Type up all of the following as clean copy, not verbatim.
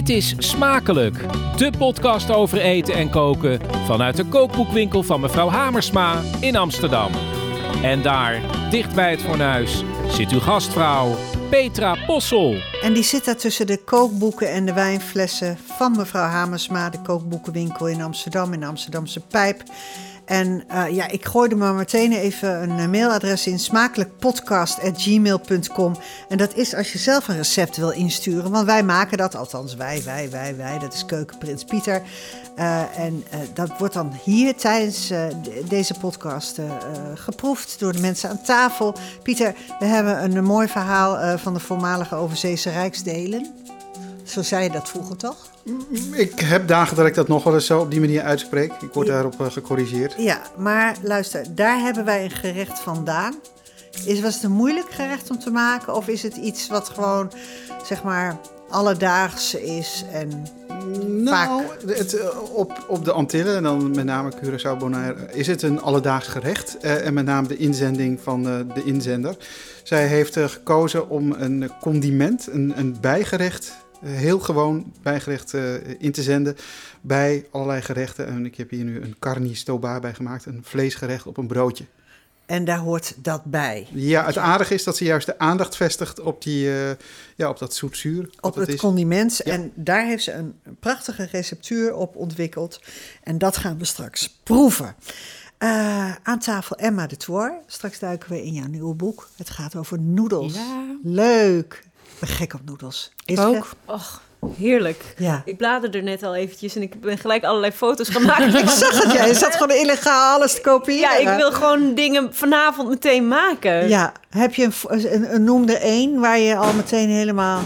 Dit is Smakelijk, de podcast over eten en koken vanuit de kookboekwinkel van mevrouw Hamersma in Amsterdam. En daar, dicht bij het fornuis, zit uw gastvrouw Petra Possel. En die zit daar tussen de kookboeken en de wijnflessen van mevrouw Hamersma, de kookboekenwinkel in Amsterdam, in de Amsterdamse Pijp. En ik gooide maar meteen even een mailadres in, smakelijkpodcast@gmail.com. En dat is als je zelf een recept wil insturen, want wij maken dat, althans wij, dat is Keukenprins Pieter. Dat wordt dan hier tijdens deze podcast geproefd door de mensen aan tafel. Pieter, we hebben een mooi verhaal van de voormalige overzeese rijksdelen. Zo zei je dat vroeger, toch? Ik heb dagen dat ik dat nog wel eens zo op die manier uitspreek. Ik word daarop gecorrigeerd. Ja, maar luister, daar hebben wij een gerecht vandaan. Was het een moeilijk gerecht om te maken? Of is het iets wat gewoon, zeg maar, alledaags is en vaak... Op de Antillen, en dan met name Curaçao, Bonaire, is het een alledaags gerecht. En met name de inzending van de inzender. Zij heeft gekozen om een condiment, een bijgerecht... heel gewoon bijgerecht in te zenden bij allerlei gerechten. En ik heb hier nu een carne stoba bij gemaakt, een vleesgerecht op een broodje. En daar hoort dat bij. Ja, het aardige is dat ze juist de aandacht vestigt op op dat zoetzuur. Op het condiment. Ja. En daar heeft ze een prachtige receptuur op ontwikkeld. En dat gaan we straks proeven. Aan tafel Emma de Toor. Straks duiken we in jouw nieuwe boek. Het gaat over noedels. Ja. Leuk. Ik ben gek op noedels. Ik ook. Och, heerlijk. Ja. Ik bladerde er net al eventjes en ik ben gelijk allerlei foto's gaan maken. Ik zag het, je zat gewoon illegaal alles te kopiëren. Ja, ik wil gewoon dingen vanavond meteen maken. Ja, heb je noem er één waar je al meteen helemaal...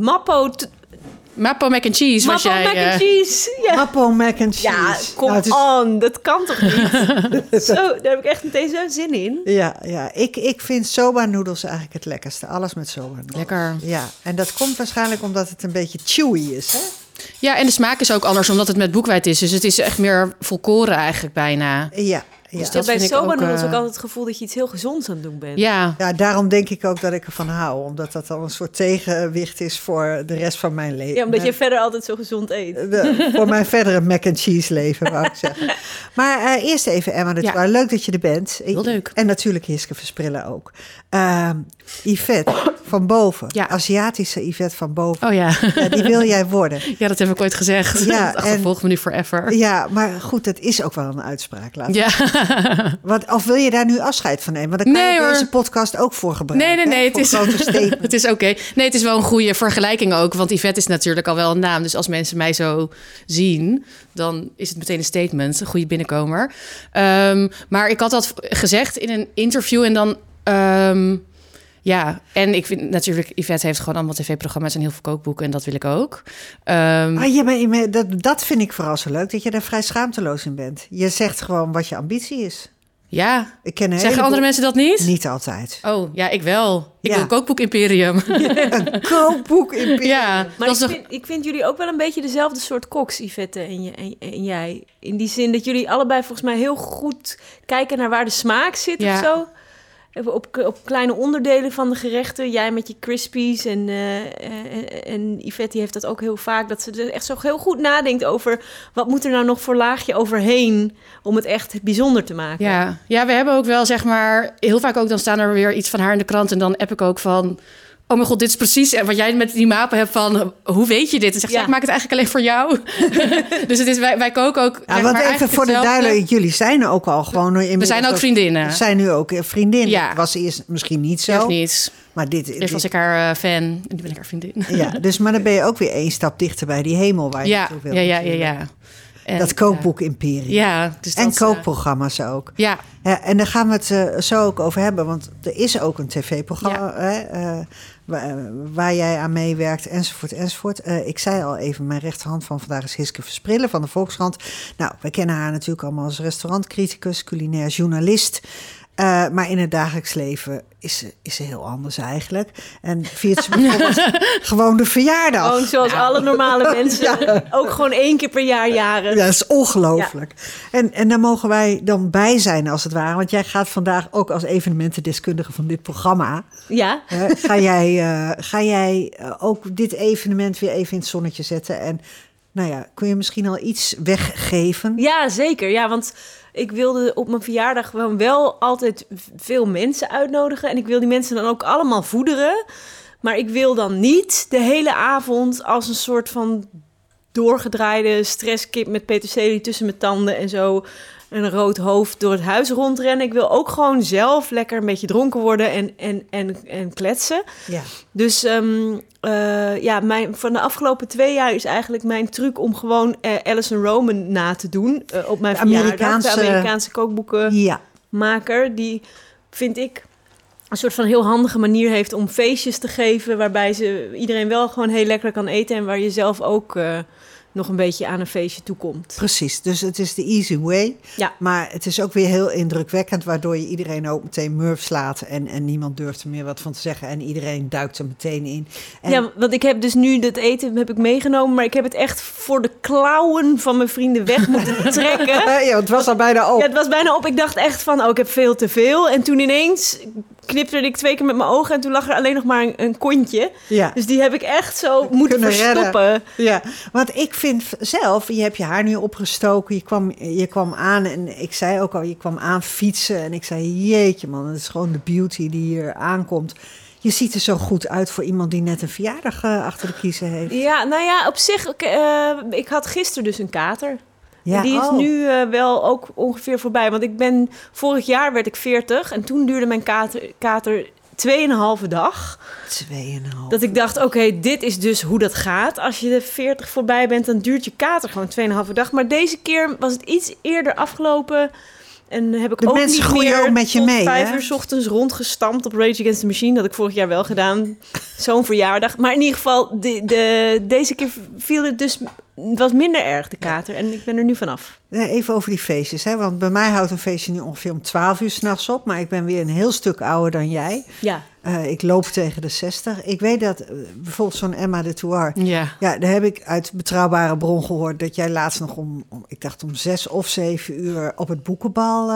Mappo mac and cheese was jij. Mappo mac and cheese. Ja. Mappo mac and cheese. Ja, kom on. Dat kan toch niet? Zo, daar heb ik echt meteen zo'n zin in. Ja. Ik vind soba noedels eigenlijk het lekkerste. Alles met soba noedels. Lekker. Ja, en dat komt waarschijnlijk omdat het een beetje chewy is, hè? Ja, en de smaak is ook anders omdat het met boekweit is. Dus het is echt meer volkoren eigenlijk bijna. Ja. Dus je hebt bij soba noedels ook altijd het gevoel dat je iets heel gezonds aan het doen bent. Ja, daarom denk ik ook dat ik ervan hou. Omdat dat dan een soort tegenwicht is voor de rest van mijn leven. Ja, omdat je verder altijd zo gezond eet. Voor mijn verdere mac and cheese leven, wou ik zeggen. Maar eerst even Emma de Toor. Leuk dat je er bent. Heel leuk. En natuurlijk Hiske Versprillen ook. Yvette van Boven. Ja. Aziatische Yvette van Boven. Oh ja. Die wil jij worden. Ja, dat heb ik ooit gezegd. Ja, dat achtervolgt me nu forever. Ja, maar goed, dat is ook wel een uitspraak. Of wil je daar nu afscheid van nemen? Want dan kan je deze podcast ook voor gebruiken. Nee. Het is oké. Nee, het is wel een goede vergelijking ook. Want Yvette is natuurlijk al wel een naam. Dus als mensen mij zo zien, dan is het meteen een statement. Een goede binnenkomer. Maar ik had dat gezegd in een interview en dan... en ik vind natuurlijk, Yvette heeft gewoon allemaal tv-programma's en heel veel kookboeken en dat wil ik ook. Dat vind ik vooral zo leuk, dat je daar vrij schaamteloos in bent. Je zegt gewoon wat je ambitie is. Ja, zeggen andere mensen dat niet? Niet altijd. Oh, ja, ik wel. Ik wil een kookboek-imperium. Een kookboek-imperium. Ja, maar ik vind jullie ook wel een beetje dezelfde soort koks, Yvette en jij. In die zin dat jullie allebei volgens mij heel goed kijken naar waar de smaak zit of zo. Op kleine onderdelen van de gerechten. Jij met je crispies en Yvette heeft dat ook heel vaak. Dat ze er echt zo heel goed nadenkt over... wat moet er nou nog voor laagje overheen... om het echt bijzonder te maken. Ja, we hebben ook wel, zeg maar... heel vaak ook dan staan er weer iets van haar in de krant... en dan app ik ook van... oh mijn god, dit is precies wat jij met die mapen hebt van... hoe weet je dit? En zegt ik maak het eigenlijk alleen voor jou. Dus het is, wij koken ook... Ja, want even voor de duidelijkheid, jullie zijn ook al gewoon... We zijn ook vriendinnen. We zijn nu ook vriendinnen. Ja. Ik was eerst misschien niet zo. Echt niet. Maar eerst was ik haar fan en nu ben ik haar vriendin. Ja, dus maar dan ben je ook weer 1 stap dichter bij die hemel waar je naartoe wil. Ja. En, dat kookboek-imperium. Ja, dus en kookprogramma's ook. Ja. En daar gaan we het zo ook over hebben. Want er is ook een tv-programma waar jij aan meewerkt, enzovoort. Ik zei al even, mijn rechterhand van vandaag is Hiske Versprillen van de Volkskrant. Nou, we kennen haar natuurlijk allemaal als restaurantcriticus, culinair journalist. Maar in het dagelijks leven is ze heel anders eigenlijk. En viert ze bijvoorbeeld gewoon de verjaardag. Gewoon zoals alle normale mensen. Ook gewoon 1 keer per jaar jarig. Ja, dat is ongelooflijk. Ja. En daar mogen wij dan bij zijn als het ware. Want jij gaat vandaag ook als evenementendeskundige van dit programma. Ja. Ga jij ook dit evenement weer even in het zonnetje zetten? En nou ja, kun je misschien al iets weggeven? Ja, zeker. Ja, want ik wilde op mijn verjaardag gewoon wel altijd veel mensen uitnodigen. En ik wil die mensen dan ook allemaal voederen. Maar ik wil dan niet de hele avond als een soort van doorgedraaide stresskip met peterselie tussen mijn tanden en zo een rood hoofd door het huis rondrennen. Ik wil ook gewoon zelf lekker een beetje dronken worden en kletsen. Ja. Dus van de afgelopen 2 jaar is eigenlijk mijn truc om gewoon Alison Roman na te doen op mijn verjaardag. De Amerikaanse kookboekenmaker. Die, vind ik, een soort van heel handige manier heeft om feestjes te geven waarbij iedereen wel gewoon heel lekker kan eten en waar je zelf ook nog een beetje aan een feestje toekomt. Precies, dus het is de easy way. Ja. Maar het is ook weer heel indrukwekkend, waardoor je iedereen ook meteen murf slaat en niemand durft er meer wat van te zeggen en iedereen duikt er meteen in. En ja, want ik heb dus nu dat eten heb ik meegenomen, maar ik heb het echt voor de klauwen van mijn vrienden weg moeten trekken. Ja, het was al bijna op. Ja, het was bijna op. Ik dacht echt van, ik heb veel te veel. En toen ineens knipte ik 2 keer met mijn ogen en toen lag er alleen nog maar een kontje. Ja. Dus die heb ik echt zo moeten verstoppen. Redden. Ja, want ik vind zelf, je hebt je haar nu opgestoken, je kwam aan en ik zei ook al, je kwam aan fietsen en ik zei, jeetje man, het is gewoon de beauty die hier aankomt. Je ziet er zo goed uit voor iemand die net een verjaardag achter de kiezen heeft. Ja, nou ja, op zich, ik had gisteren dus een kater. Ja, die is nu wel ook ongeveer voorbij. Want vorig jaar werd ik 40 en toen duurde mijn kater 2,5 dag. 2,5. Dat ik dacht, oké, dit is dus hoe dat gaat. Als je de 40 voorbij bent, dan duurt je kater gewoon 2,5 dag. Maar deze keer was het iets eerder afgelopen. En heb ik de ook mensen niet groeien meer ook met je tot mee, 5 uur 's ochtends rondgestampt op Rage Against the Machine. Dat had ik vorig jaar wel gedaan. Zo'n verjaardag. Maar in ieder geval, deze keer viel het dus, was minder erg, de kater. En ik ben er nu vanaf. Even over die feestjes, hè? Want bij mij houdt een feestje nu ongeveer om 12 uur 's nachts op. Maar ik ben weer een heel stuk ouder dan jij. Ja. Ik loop tegen de 60. Ik weet dat bijvoorbeeld zo'n Emma de Thouar. Ja, daar heb ik uit betrouwbare bron gehoord dat jij laatst nog om 6 of 7 uur op het boekenbal.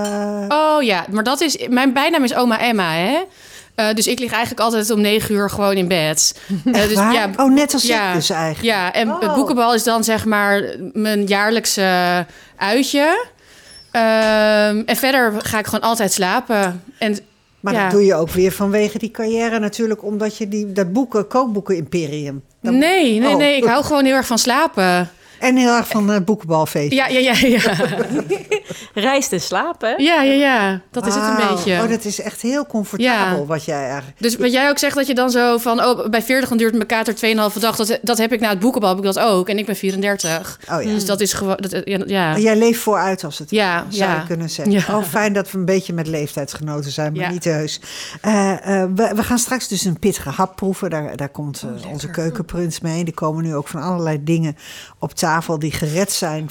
Oh ja, maar dat is, mijn bijnaam is Oma Emma, hè? Dus ik lig eigenlijk altijd om 9 uur gewoon in bed. Dus, ja, net als ik dus eigenlijk. Ja, en het boekenbal is dan zeg maar mijn jaarlijkse uitje. En verder ga ik gewoon altijd slapen. Maar dat doe je ook weer vanwege die carrière natuurlijk, omdat je dat kookboeken-imperium. Nee, ik hou gewoon heel erg van slapen. En heel erg van boekenbalfeest. Ja. Rijst en slapen. Ja. Dat is het een beetje. Dat is echt heel comfortabel wat jij eigenlijk... Dus wat jij ook zegt dat je dan zo van... bij 40 dan duurt mijn kater 2,5 dag. Dat heb ik na het boekenbal, heb ik dat ook. En ik ben 34. Oh, ja. Dus dat is gewoon... Ja. Jij leeft vooruit als het zou je kunnen zeggen. Ja. Fijn dat we een beetje met leeftijdsgenoten zijn, maar niet heus. We gaan straks dus een pittige hap proeven. Daar komt onze keukenprins mee. Er komen nu ook van allerlei dingen op tafel die gered zijn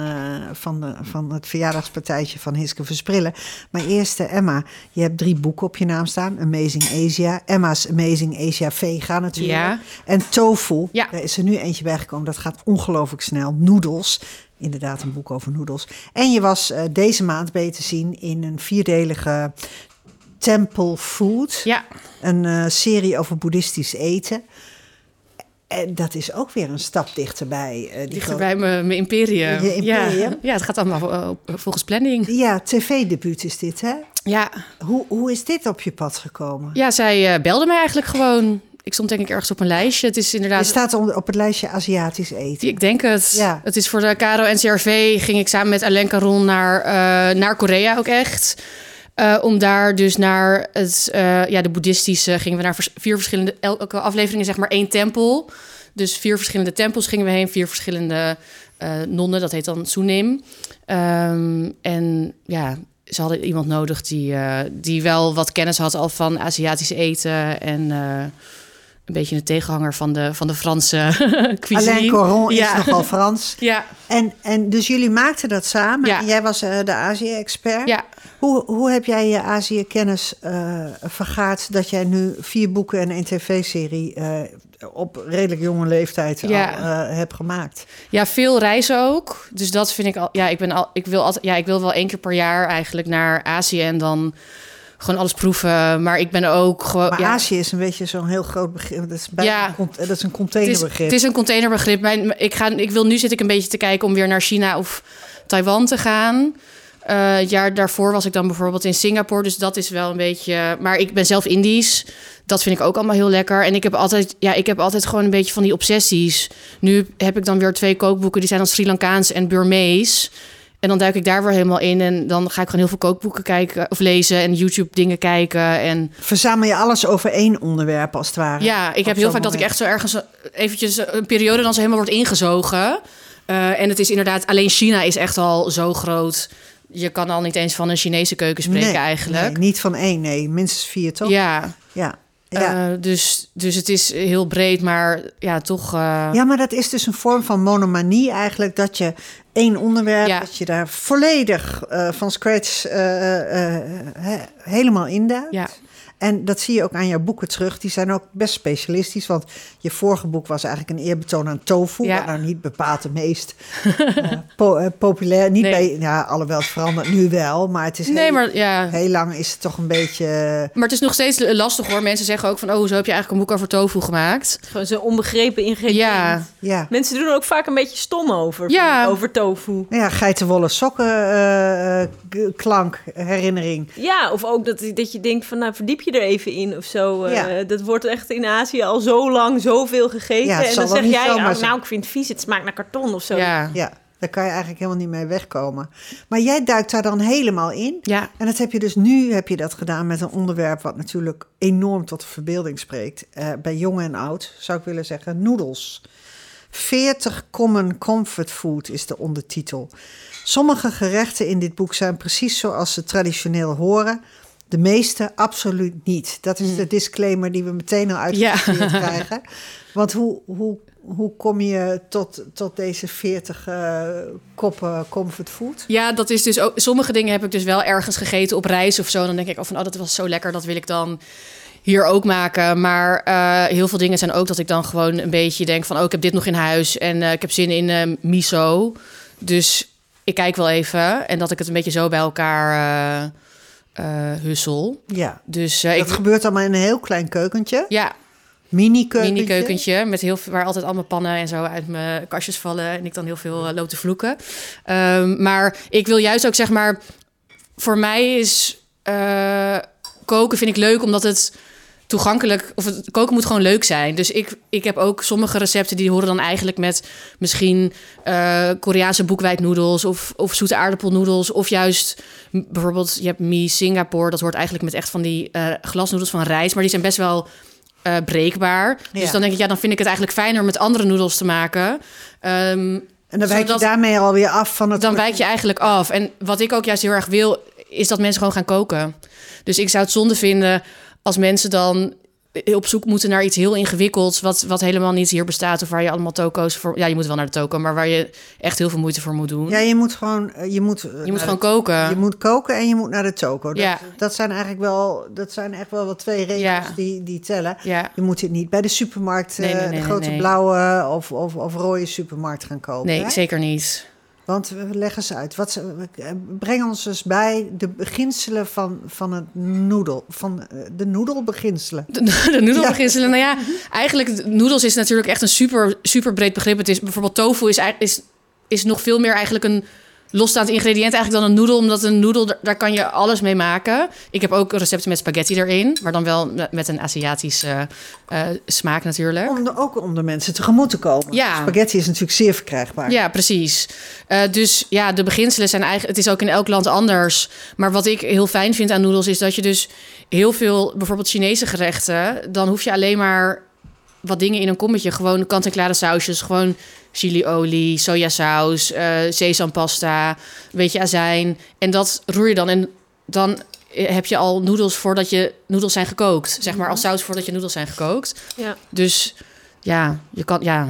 van het verjaardagspartijtje van Hiske Versprillen. Maar eerst, Emma, je hebt 3 boeken op je naam staan. Amazing Asia, Emma's Amazing Asia Vega natuurlijk. Ja. En Tofu, daar is er nu eentje bijgekomen. Dat gaat ongelooflijk snel. Noedels, inderdaad een boek over noedels. En je was deze maand te zien in een 4-delige Temple Food. Ja. Een serie over boeddhistisch eten. En dat is ook weer een stap dichterbij. Dichterbij mijn imperium. Je imperium. Ja, het gaat allemaal volgens planning. Ja, tv-debuut is dit, hè? Ja. Hoe is dit op je pad gekomen? Ja, zij belde mij eigenlijk gewoon. Ik stond denk ik ergens op een lijstje. Het is inderdaad... Je staat op het lijstje Aziatisch eten. Ik denk het. Ja. Het is voor de KRO-NCRV ging ik samen met Alain Caron naar Korea ook echt. Om daar dus naar de boeddhistische... gingen we naar 4 verschillende... Elke aflevering zeg maar 1 tempel. Dus 4 verschillende tempels gingen we heen. 4 verschillende nonnen, dat heet dan Sunim. En ja, ze hadden iemand nodig die wel wat kennis had al van Aziatisch eten. En een beetje een tegenhanger van de Franse cuisine. Alain Coron is nogal Frans. Ja. En dus jullie maakten dat samen. Ja. En jij was de Azië-expert. Ja. Hoe heb jij je Azië-kennis vergaard dat jij nu 4 boeken en 1 tv-serie op redelijk jonge leeftijd al hebt gemaakt? Ja, veel reizen ook. Dus dat vind ik al. Ja, ik wil wel 1 keer per jaar eigenlijk naar Azië en dan gewoon alles proeven. Maar ik ben ook gewoon. Maar Azië is een beetje zo'n heel groot begrip. Dat is een containerbegrip. Het is een containerbegrip. Nu zit ik een beetje te kijken om weer naar China of Taiwan te gaan. Het jaar daarvoor was ik dan bijvoorbeeld in Singapore. Dus dat is wel een beetje. Maar ik ben zelf Indisch. Dat vind ik ook allemaal heel lekker. En ik heb altijd gewoon een beetje van die obsessies. Nu heb ik dan weer 2 kookboeken. Die zijn dan Sri Lankaans en Burmees. En dan duik ik daar weer helemaal in. En dan ga ik gewoon heel veel kookboeken kijken of lezen. En YouTube dingen kijken. En verzamel je alles over 1 onderwerp als het ware? Ja, ik heb heel vaak dat ik echt zo ergens eventjes een periode dan zo helemaal wordt ingezogen. En het is inderdaad, alleen China is echt al zo groot. Je kan al niet eens van een Chinese keuken spreken eigenlijk. Nee, niet van 1, nee. Minstens 4, toch? Ja. Dus het is heel breed, maar ja, toch. Ja, maar dat is dus een vorm van monomanie eigenlijk. Dat je 1 onderwerp, dat je daar volledig van scratch helemaal induikt. Ja. En dat zie je ook aan jouw boeken terug. Die zijn ook best specialistisch. Want je vorige boek was eigenlijk een eerbetoon aan tofu. Ja. Wat nou niet bepaald de meest populair. Niet bij, alhoewel het verandert nu wel. Maar het is heel lang is het toch een beetje. Maar het is nog steeds lastig hoor. Mensen zeggen ook van, hoezo heb je eigenlijk een boek over tofu gemaakt? Gewoon zo'n onbegrepen ingrediënt. Ja. Mensen doen er ook vaak een beetje stom over tofu. Ja, geitenwolle sokken klank, herinnering. Ja, of ook dat je denkt van, nou verdiep je er even in of zo. Dat wordt echt in Azië al zo lang zoveel gegeten. Ja, en dan zeg jij, ik vind het vies, het smaakt naar karton of zo. Ja, daar kan je eigenlijk helemaal niet mee wegkomen. Maar jij duikt daar dan helemaal in. Ja. En dat heb je dus nu dat gedaan met een onderwerp wat natuurlijk enorm tot de verbeelding spreekt. Bij jong en oud, zou ik willen zeggen, noedels. 40 common comfort food is de ondertitel. Sommige gerechten in dit boek zijn precies zoals ze traditioneel horen. De meeste absoluut niet. Dat is de disclaimer die we meteen al uitgestuurd krijgen. Want hoe kom je tot deze 40 koppen comfort food? Ja, dat is dus ook. Sommige dingen heb ik dus wel ergens gegeten op reis of zo. Dan denk ik dat was zo lekker, dat wil ik dan hier ook maken. Maar heel veel dingen zijn ook dat ik dan gewoon een beetje denk van, ik heb dit nog in huis en ik heb zin in miso. Dus ik kijk wel even en dat ik het een beetje zo bij elkaar hussel. Ja, dus dat gebeurt allemaal in een heel klein keukentje. Ja. Mini-keukentje met waar altijd allemaal pannen en zo uit mijn kastjes vallen en ik dan heel veel loop te vloeken. Maar ik wil juist ook, zeg maar, voor mij is koken vind ik leuk omdat het toegankelijk, of het koken moet gewoon leuk zijn. Dus ik heb ook sommige recepten die horen dan eigenlijk met misschien Koreaanse boekwijdnoedels of zoete aardappelnoedels, of juist bijvoorbeeld je hebt mi Singapore, dat hoort eigenlijk met echt van die glasnoedels van rijst, maar die zijn best wel breekbaar. Ja. Dus dan denk ik, dan vind ik het eigenlijk fijner met andere noedels te maken. En dan wijk je daarmee alweer af van het. Dan wijk je eigenlijk af. En wat ik ook juist heel erg wil, is dat mensen gewoon gaan koken. Dus ik zou het zonde vinden als mensen dan op zoek moeten naar iets heel ingewikkelds, wat helemaal niet hier bestaat, of waar je allemaal toko's voor. Ja, je moet wel naar de toko, maar waar je echt heel veel moeite voor moet doen. Ja, je moet gewoon gewoon koken. Je moet koken en je moet naar de toko. Dat zijn eigenlijk wel 2 regels die tellen. Ja. Je moet het niet bij de supermarkt, de grote blauwe of rode supermarkt gaan kopen. Nee, zeker niet. Want leg eens uit. Breng ons dus bij de beginselen van het noedel. Van de noedelbeginselen. De noedelbeginselen. Ja. Nou ja, eigenlijk noedels is natuurlijk echt een super, super breed begrip. Het is bijvoorbeeld tofu is nog veel meer eigenlijk een losstaand ingrediënt eigenlijk dan een noedel. Omdat een noedel, daar kan je alles mee maken. Ik heb ook recepten met spaghetti erin. Maar dan wel met een Aziatische smaak natuurlijk. Ook om de mensen tegemoet te komen. Ja. Spaghetti is natuurlijk zeer verkrijgbaar. Ja, precies. Dus ja, de beginselen zijn eigenlijk. Het is ook in elk land anders. Maar wat ik heel fijn vind aan noedels is dat je dus heel veel, bijvoorbeeld Chinese gerechten, dan hoef je alleen maar wat dingen in een kommetje. Gewoon kant-en-klare sausjes. Gewoon chiliolie, sojasaus, sesampasta, een beetje azijn. En dat roer je dan. En dan heb je al noedels voordat je noedels zijn gekookt. Zeg maar als saus voordat je noedels zijn gekookt. Ja. Dus ja, je kan... Ja.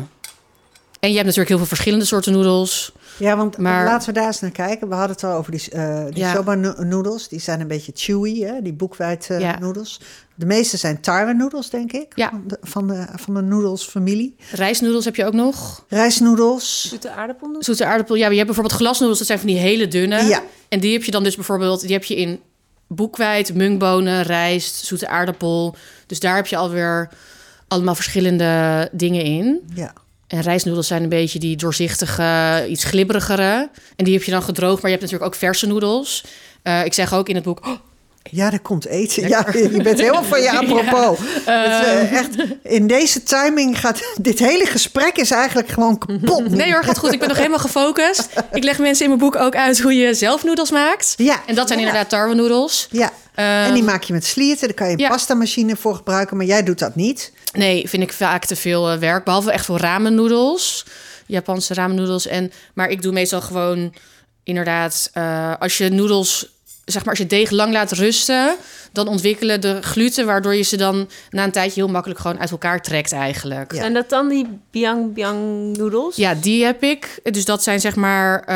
En je hebt natuurlijk heel veel verschillende soorten noedels. Ja, want Maar- laten we daar eens naar kijken. We hadden het al over die Ja. soba-noedels. Die zijn een beetje chewy, hè? Die boekwijd Ja. noedels. De meeste zijn tarwe-noedels, denk ik. Ja. Van de noedelsfamilie. Rijstnoedels heb je ook nog. Rijstnoedels. Zoete aardappelnoedels. Zoete aardappel. Ja, je hebt bijvoorbeeld glasnoedels. Dat zijn van die hele dunne. Ja. En die heb je dan dus bijvoorbeeld... Die heb je in boekweit, mungbonen, rijst, zoete aardappel. Dus daar heb je alweer allemaal verschillende dingen in. Ja. En rijstnoedels zijn een beetje die doorzichtige, iets glibberigere. En die heb je dan gedroogd. Maar je hebt natuurlijk ook verse noedels. Ik zeg ook in het boek... Ja, er komt eten. Ja, je bent helemaal van je apropos. Echt, in deze timing gaat... Dit hele gesprek is eigenlijk gewoon kapot. Nee hoor, gaat goed. Ik ben nog helemaal gefocust. Ik leg mensen in mijn boek ook uit hoe je zelf noedels maakt. Ja. En dat zijn Ja. inderdaad tarwenoedels. Ja, en die maak je met slierten. Daar kan je een Ja. pastamachine voor gebruiken. Maar jij doet dat niet. Nee, vind ik vaak te veel werk. Behalve echt voor ramen-noedels. Japanse ramen-noedels. Maar ik doe meestal gewoon inderdaad... als je noedels... Zeg maar, als je deeg lang laat rusten... dan ontwikkelen de gluten... waardoor je ze dan na een tijdje heel makkelijk... gewoon uit elkaar trekt eigenlijk. Ja. Zijn dat dan die biang noedels? Ja, die heb ik. Dus dat zijn zeg maar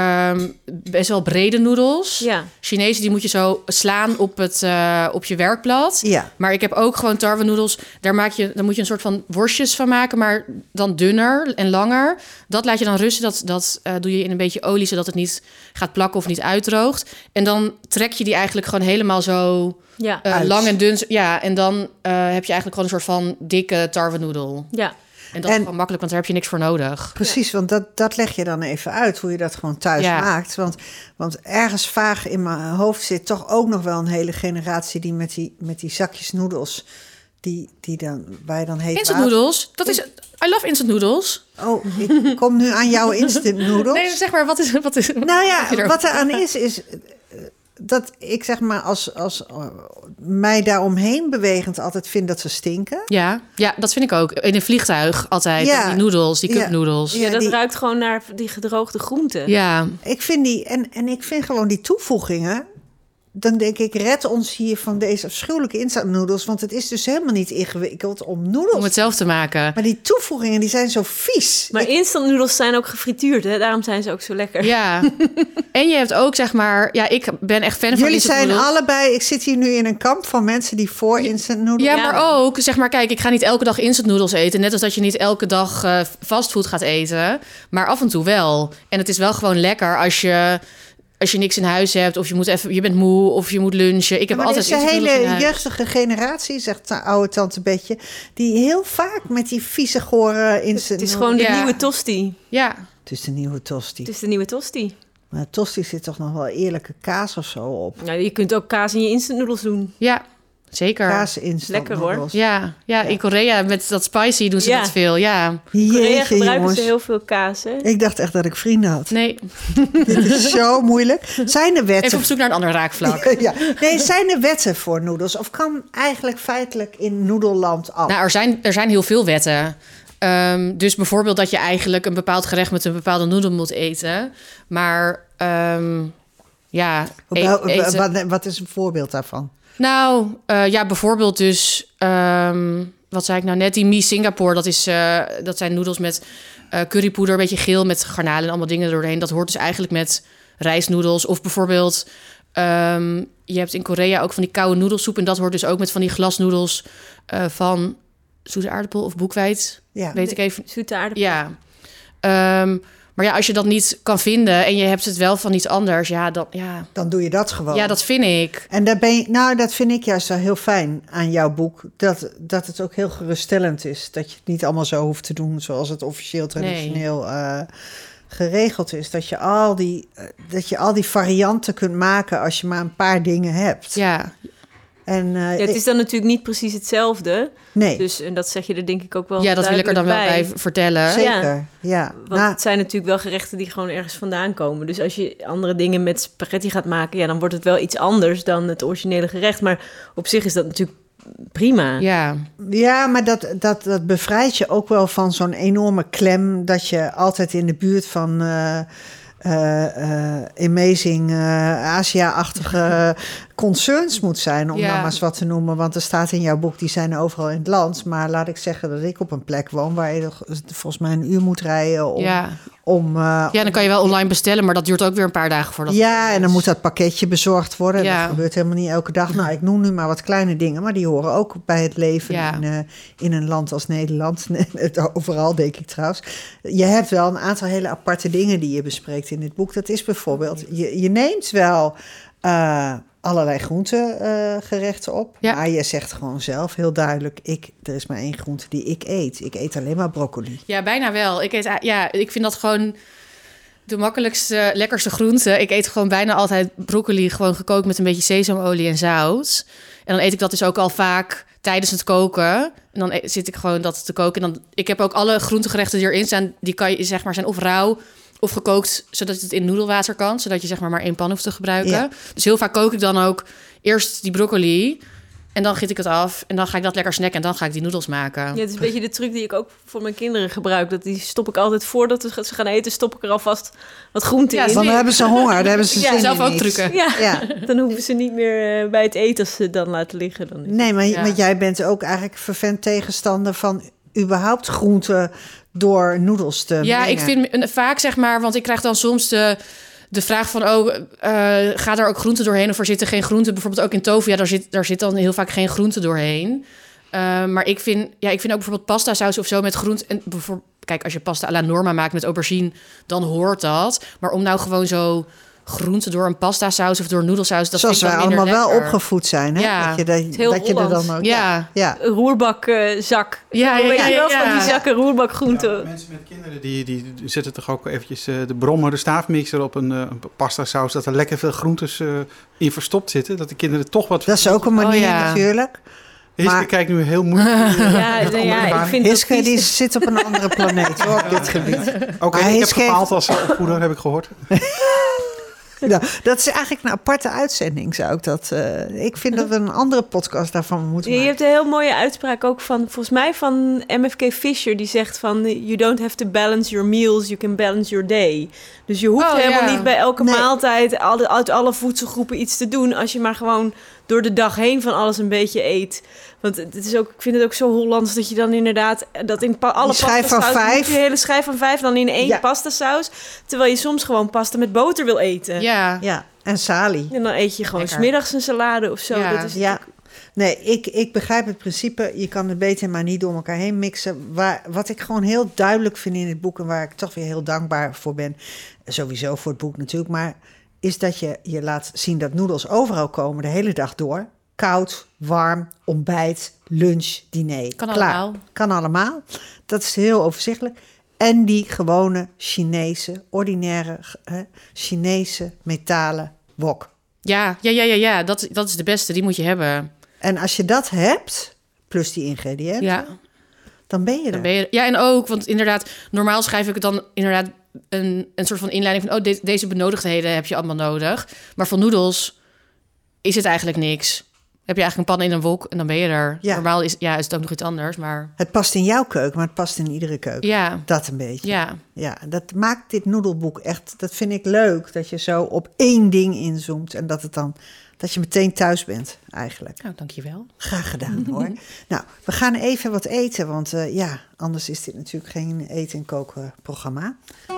best wel brede noedels. Ja. Chinese, die moet je zo slaan op je werkblad. Ja. Maar ik heb ook gewoon tarwenoedels. Daar moet je een soort van worstjes van maken, maar dan dunner en langer. Dat laat je dan rusten. Dat doe je in een beetje olie, zodat het niet gaat plakken of niet uitdroogt. En dan trek je die eigenlijk gewoon helemaal zo Ja. Uit. lang en dun. Ja, en dan heb je eigenlijk gewoon een soort van dikke tarwenoedel. Ja. En dat is gewoon makkelijk, want daar heb je niks voor nodig. Precies, want dat leg je dan even uit, hoe je dat gewoon thuis Ja. maakt. Want ergens vaag in mijn hoofd zit toch ook nog wel een hele generatie... die met die zakjes noedels, waar je dan heet Instant noodles, dat is... I love instant noodles. Oh, ik kom nu aan jouw instant noodles. Nee, zeg maar, wat is... Nou ja, heb je wat er aan is dat ik zeg maar als mij daaromheen bewegend altijd vind dat ze stinken. Ja, dat vind ik ook. In een vliegtuig altijd. Ja. Die noedels, die cupnoedels. Ja. Ja, dat die- ruikt gewoon naar die gedroogde groenten. Ja. Ik vind die, en ik vind gewoon die toevoegingen, dan denk ik, red ons hier van deze afschuwelijke instant noodles, want het is dus helemaal niet ingewikkeld om noedels. Om het zelf te maken. Maar die toevoegingen, die zijn zo vies. Maar instant noedels zijn ook gefrituurd, hè? Daarom zijn ze ook zo lekker. Ja. En je hebt ook, zeg maar... Ja, ik ben echt fan van Jullie instant zijn noodles. allebei, ik zit hier nu in een kamp van mensen die voor instant noodles. Ja, Ja. maar ook, zeg maar, kijk, ik ga niet elke dag instant noodles eten. Net als dat je niet elke dag fastfood gaat eten. Maar af en toe wel. En het is wel gewoon lekker als je niks in huis hebt, of je bent moe, of je moet lunchen. Ik heb Maar altijd er is een instant noodles in hele huis. jeugdige generatie, zegt de oude tante Betje, die heel vaak met die vieze gore instant Het is gewoon de Ja. nieuwe tosti. Ja, Het is de nieuwe tosti. Het is de nieuwe tosti. Maar tosti zit toch nog wel eerlijke kaas of zo op. Nou, je kunt ook kaas in je instant noedels doen. ja, zeker. Kaas instant Lekker, hoor. noodles. Ja, in Korea met dat spicy doen ze Ja. dat veel, ja. In Korea Jeetje, gebruiken jongens. ze heel veel kaas, hè? Ik dacht echt dat ik vrienden had. Nee, Dit is zo moeilijk. Zijn er wetten? even op zoek naar een ander raakvlak. Ja. Nee, zijn er wetten voor noedels? Of kan eigenlijk feitelijk in noedelland af? Nou, er zijn heel veel wetten. Dus bijvoorbeeld dat je eigenlijk een bepaald gerecht met een bepaalde noedel moet eten. Maar Wat is een voorbeeld daarvan? Nou, bijvoorbeeld dus... wat zei ik nou net? Die Mi Singapore, dat zijn noedels met currypoeder, een beetje geel met garnalen en allemaal dingen doorheen. Dat hoort dus eigenlijk met rijstnoedels. Of bijvoorbeeld, je hebt in Korea ook van die koude noedelsoep. En dat hoort dus ook met van die glasnoedels van zoete aardappel of boekweit. Ja. Weet ik even. Zoete aardappel. Ja. Maar ja, als je dat niet kan vinden en je hebt het wel van iets anders, Dan doe je dat gewoon. ja, dat vind ik. En dat vind ik juist wel heel fijn aan jouw boek. Dat het ook heel geruststellend is. Dat je het niet allemaal zo hoeft te doen zoals het officieel traditioneel geregeld is. Dat je al die varianten kunt maken als je maar een paar dingen hebt. Ja, En, Ja, het is dan natuurlijk niet precies hetzelfde. nee, Dus, en dat zeg je er denk ik ook wel ja, dat wil ik er dan wel bij duidelijk vertellen. zeker. Ja. Want Nou, het zijn natuurlijk wel gerechten die gewoon ergens vandaan komen. Dus als je andere dingen met spaghetti gaat maken, ja, dan wordt het wel iets anders dan het originele gerecht. Maar op zich is dat natuurlijk prima. Ja, ja, maar dat bevrijdt je ook wel van zo'n enorme klem dat je altijd in de buurt van amazing Asia-achtige concerns moet zijn, om Ja. dan maar eens wat te noemen. Want er staat in jouw boek, die zijn overal in het land. Maar laat ik zeggen dat ik op een plek woon waar je volgens mij 1 uur moet rijden om... Ja. Ja, Dan kan je wel online bestellen, maar dat duurt ook weer een paar dagen voordat. Ja, en dan moet dat pakketje bezorgd worden. Ja. Dat gebeurt helemaal niet elke dag. Nou, ik noem nu maar wat kleine dingen, maar die horen ook bij het leven in een land als Nederland. Overal, denk ik trouwens. Je hebt wel een aantal hele aparte dingen die je bespreekt in dit boek. Dat is bijvoorbeeld, je neemt wel allerlei groentegerechten op. Ja. Maar je zegt gewoon zelf heel duidelijk, er is maar 1 groente die ik eet. Ik eet alleen maar broccoli. Ja, bijna wel. Ik vind dat gewoon de makkelijkste, lekkerste groente. Ik eet gewoon bijna altijd broccoli gewoon gekookt met een beetje sesamolie en zout. En dan eet ik dat dus ook al vaak tijdens het koken. En dan zit ik gewoon dat te koken. En dan, ik heb ook alle groentegerechten die erin staan, die kan je zeg maar zijn of rauw of gekookt, zodat het in noedelwater kan. Zodat je zeg maar 1 pan hoeft te gebruiken. Ja. Dus heel vaak kook ik dan ook eerst die broccoli en dan giet ik het af. En dan ga ik dat lekker snacken en dan ga ik die noedels maken. Ja, het is een beetje de truc die ik ook voor mijn kinderen gebruik. Dat die stop ik altijd voordat ze gaan eten, stop ik er alvast wat groente in. Dan hebben ze honger, dan hebben ze zin zelf in ook iets. trucken. Ja, dan hoeven ze niet meer bij het eten als ze het dan laten liggen. Dan is Nee, maar Ja. jij bent ook eigenlijk fervent tegenstander van überhaupt groenten door noedels te Ja, mengen. ik vind vaak zeg maar, want ik krijg dan soms de vraag van, gaat er ook groente doorheen of er zitten geen groenten? Bijvoorbeeld ook in tofu, daar zit dan heel vaak geen groente doorheen. Maar ik vind ook bijvoorbeeld pasta saus of zo met groente. En kijk, als je pasta à la Norma maakt met aubergine, dan hoort dat. Maar om nou gewoon zo groente door een pasta saus of door noedelsaus, dat Zoals vind ik wij dan minder allemaal wel lekker. opgevoed zijn, hè? Ja, dat je, is heel dat je er Hollands. dan ook... Ja. Ja. een roerbakzak. Ja, Weet je wel, ja. van die zakken roerbakgroenten. Ja, mensen met kinderen die zetten toch ook eventjes de brommer, de staafmixer op een pasta saus, dat er lekker veel groentes in verstopt zitten. Dat de kinderen toch wat... Dat is ook een manier natuurlijk. Hiske maar- kijkt nu heel moeilijk. Ik vind Hiske dat die zit op een andere planeet hoor, op dit gebied. Oké, Maar ik heb Hiske gefaald als opvoeder, heb ik gehoord. Nou, dat is eigenlijk een aparte uitzending, zou ik dat... ik vind dat we een andere podcast daarvan moeten Je maken. hebt een heel mooie uitspraak ook van, volgens mij van MFK Fisher, die zegt van, you don't have to balance your meals, you can balance your day. Dus je hoeft helemaal niet bij elke maaltijd uit alle voedselgroepen iets te doen, als je maar gewoon door de dag heen van alles een beetje eet. Want het is ook, ik vind het ook zo Hollands dat je dan inderdaad dat in alle schijf van pastasaus, 5. je hele schijf van 5 dan in 1 pastasaus, terwijl je soms gewoon pasta met boter wil eten. Ja. Ja, en salie. En dan eet je gewoon Lekker. 's middags een salade of zo. Ja. Dat is Ja, nee, ik begrijp het principe. Je kan het beter maar niet door elkaar heen mixen. Wat ik gewoon heel duidelijk vind in het boek, en waar ik toch weer heel dankbaar voor ben, sowieso voor het boek natuurlijk, maar is dat je laat zien dat noedels overal komen de hele dag door. Koud, warm, ontbijt, lunch, diner. Kan Klaar. allemaal. Kan allemaal. Dat is heel overzichtelijk. En die gewone Chinese, ordinaire Chinese metalen wok. Ja. Dat is de beste, die moet je hebben. En als je dat hebt, plus die ingrediënten, Ja. dan ben je er. Dan ben je, ja, en ook, want inderdaad, normaal schrijf ik dan inderdaad een soort van inleiding van, deze benodigdheden heb je allemaal nodig. Maar van noedels is het eigenlijk niks. Heb je eigenlijk een pan in een wok en dan ben je er. Ja. Normaal is het ook nog iets anders, maar Het past in jouw keuken, maar het past in iedere keuken. ja. Dat een beetje. Ja, Dat maakt dit noedelboek echt... Dat vind ik leuk, dat je zo op 1 ding inzoomt. En dat je meteen thuis bent, eigenlijk. nou, dankjewel. Graag gedaan, hoor. Nou, we gaan even wat eten, want anders is dit natuurlijk geen eten- en koken programma.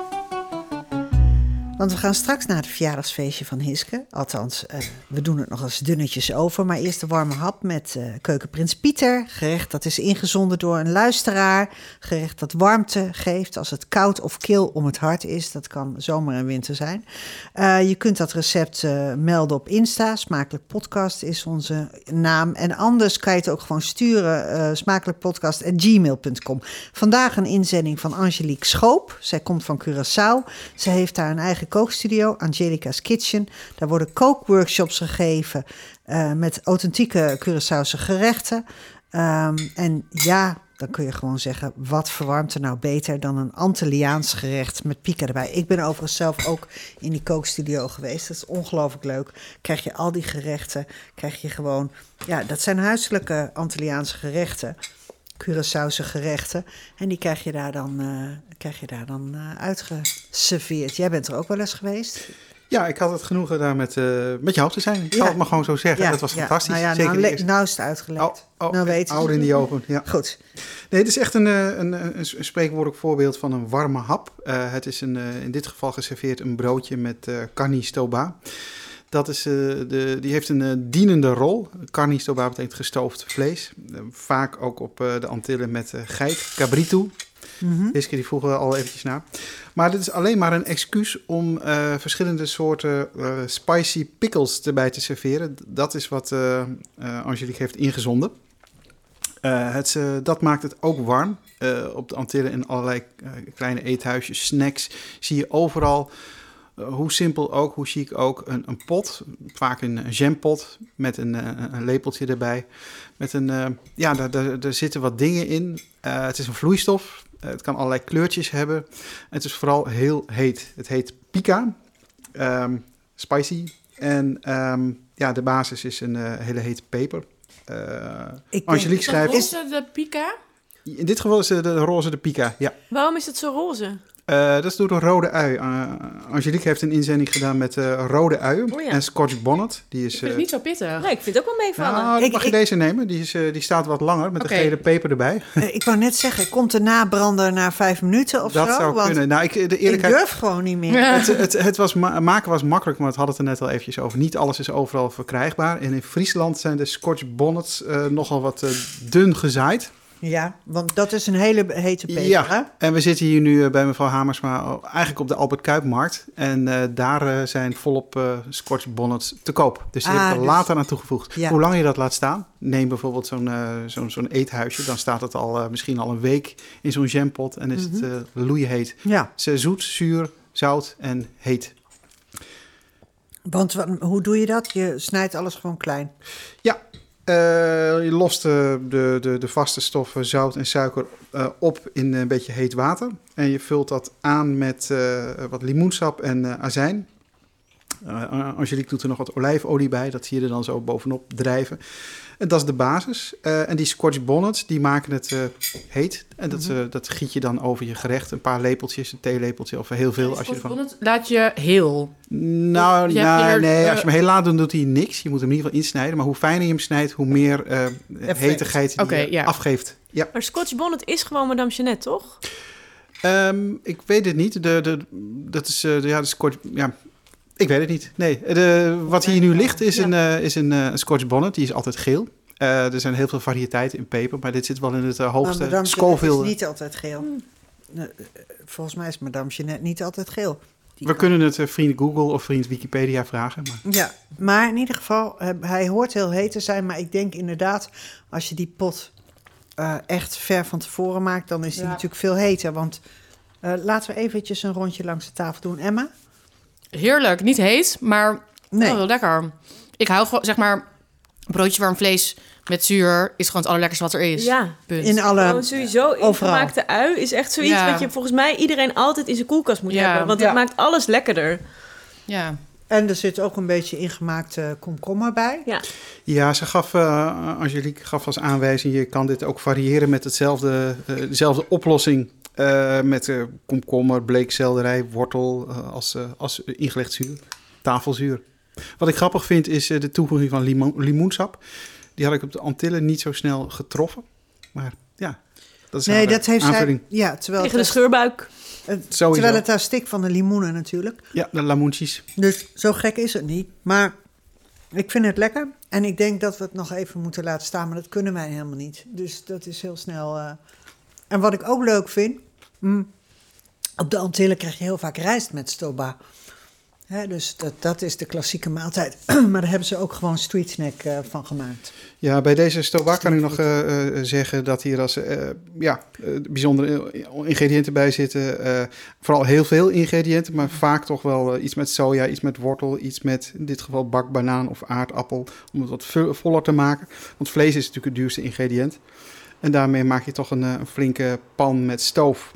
Want we gaan straks naar het verjaardagsfeestje van Hiske. Althans, we doen het nog eens dunnetjes over. Maar eerst de warme hap met keukenprins Pieter. Gerecht dat is ingezonden door een luisteraar. Gerecht dat warmte geeft als het koud of kil om het hart is. Dat kan zomer en winter zijn. Je kunt dat recept melden op Insta. Smakelijk Podcast is onze naam. En anders kan je het ook gewoon sturen. Smakelijkpodcast@gmail.com. Vandaag een inzending van Angelique Schoop. Zij komt van Curaçao. Ze heeft daar een eigen kookstudio, Angelica's Kitchen. Daar worden kookworkshops gegeven met authentieke Curaçaose gerechten. En ja, dan kun je gewoon zeggen, wat verwarmt er nou beter dan een Antilliaans gerecht met pika erbij. Ik ben overigens zelf ook in die kookstudio geweest. Dat is ongelooflijk leuk. Krijg je al die gerechten, krijg je gewoon... Ja, dat zijn huiselijke Antilliaanse gerechten. Curaçaose gerechten. En die krijg je daar dan uitgeserveerd. Jij bent er ook wel eens geweest? Ja, ik had het genoegen daar met je hoofd te zijn. Ik zal het maar gewoon zo zeggen. Ja, dat was fantastisch. Nou, Zeker nou is het uitgelegd. Nou weten ouder in die ogen. Ja. Goed. Nee, het is echt een spreekwoordelijk voorbeeld van een warme hap. Het is in dit geval geserveerd een broodje met carne stoba. Dat is, die heeft een dienende rol. Carne stoba betekent gestoofd vlees. Vaak ook op de Antillen met geit, cabrito. Deze keer die vroegen we al eventjes naar. Maar dit is alleen maar een excuus om verschillende soorten spicy pickles erbij te serveren. Dat is wat Angelique heeft ingezonden. Dat maakt het ook warm. Op de Antillen in allerlei kleine eethuisjes, snacks, zie je overal, hoe simpel ook, hoe chic ook, een pot. Vaak een jampot met een lepeltje erbij. Met daar zitten wat dingen in. Het is een vloeistof. Het kan allerlei kleurtjes hebben. Het is vooral heel heet. Het heet pica. Spicy. En de basis is een hele hete peper. Angelique schrijft... Is het de pica? In dit geval is de roze de pica, ja. Waarom is het zo roze? Dat is door de rode ui. Angelique heeft een inzending gedaan met rode ui en Scotch bonnet. Die is, ik vind het niet zo pittig. Nee, ik vind het ook wel meevallen. Nou, mag je deze nemen? Die staat wat langer met de gele peper erbij. Ik wou net zeggen, komt de nabrander na 5 minuten of dat zo? Dat zou kunnen. Nou, de eerlijkheid, ik durf gewoon niet meer. Maken was makkelijk, maar we hadden het er net al eventjes over. Niet alles is overal verkrijgbaar. En in Friesland zijn de Scotch bonnets nogal wat dun gezaaid. Ja, want dat is een hele hete peper. Ja, en we zitten hier nu bij mevrouw Hamersma eigenlijk op de Albert Kuipmarkt. En daar zijn volop Scotch bonnets te koop. Dus die heb ik er later aan toegevoegd. Ja. Hoe lang je dat laat staan, neem bijvoorbeeld zo'n eethuisje. Dan staat het misschien al een week in zo'n jampot en is het loeiheet. Ja. Het is zoet, zuur, zout en heet. Want hoe doe je dat? Je snijdt alles gewoon klein? Ja. Je lost de vaste stoffen zout en suiker op in een beetje heet water. En je vult dat aan met wat limoensap en azijn. Angelique doet er nog wat olijfolie bij. Dat zie je er dan zo bovenop drijven. En dat is de basis. En die Scotch bonnets, die maken het heet. En dat giet je dan over je gerecht. Een paar lepeltjes, een theelepeltje of heel veel. Als je ervan... bonnet laat je heel? Nee. Als je hem heel laat doet, doet hij niks. Je moet hem in ieder geval insnijden. Maar hoe fijner je hem snijdt, hoe meer heetigheid hij afgeeft. Ja. Maar Scotch bonnet is gewoon Madame Jeannette, toch? Ik weet het niet. Dat is de Scotch... Ja. Ik weet het niet. Nee, wat hier nu ligt is een Scotch bonnet. Die is altijd geel. Er zijn heel veel variëteiten in peper, maar dit zit wel in het hoogste Scoville. Het is niet altijd geel. Volgens mij is Madame Jeannette niet altijd geel. We kunnen het vriend Google of vriend Wikipedia vragen. Maar... Ja, maar in ieder geval, hij hoort heel heet te zijn. Maar ik denk inderdaad, als je die pot echt ver van tevoren maakt, dan is die natuurlijk veel heter. Want laten we eventjes een rondje langs de tafel doen. Emma? Heerlijk, niet heet, maar wel lekker. Ik hou gewoon, zeg maar, broodje warm vlees met zuur is gewoon het allerlekkerste wat er is. Ja, punt. In alle, gewoon sowieso ingemaakte ui is echt zoiets wat je volgens mij iedereen altijd in zijn koelkast moet hebben. Want het maakt alles lekkerder. Ja. En er zit ook een beetje ingemaakte komkommer bij. Ja, Angelique gaf als aanwijzing, je kan dit ook variëren met dezelfde oplossing. Met komkommer, bleekselderij, wortel als ingelegd zuur, tafelzuur. Wat ik grappig vind is de toevoeging van limoensap. Die had ik op de Antillen niet zo snel getroffen. Maar ja, dat is dat heeft aanvulling. Terwijl tegen de scheurbuik. Terwijl het daar stikt van de limoenen natuurlijk. Ja, de lamoentjes. Dus zo gek is het niet. Maar ik vind het lekker. En ik denk dat we het nog even moeten laten staan. Maar dat kunnen wij helemaal niet. Dus dat is heel snel... En wat ik ook leuk vind... op de Antillen krijg je heel vaak rijst met stoba. Dus dat is de klassieke maaltijd. Maar daar hebben ze ook gewoon street snack van gemaakt. Ja, bij deze stoba kan ik nog zeggen dat hier als bijzondere ingrediënten bij zitten. Vooral heel veel ingrediënten, maar vaak toch wel iets met soja, iets met wortel, iets met in dit geval bakbanaan of aardappel. Om het wat voller te maken. Want vlees is natuurlijk het duurste ingrediënt. En daarmee maak je toch een flinke pan met stoof.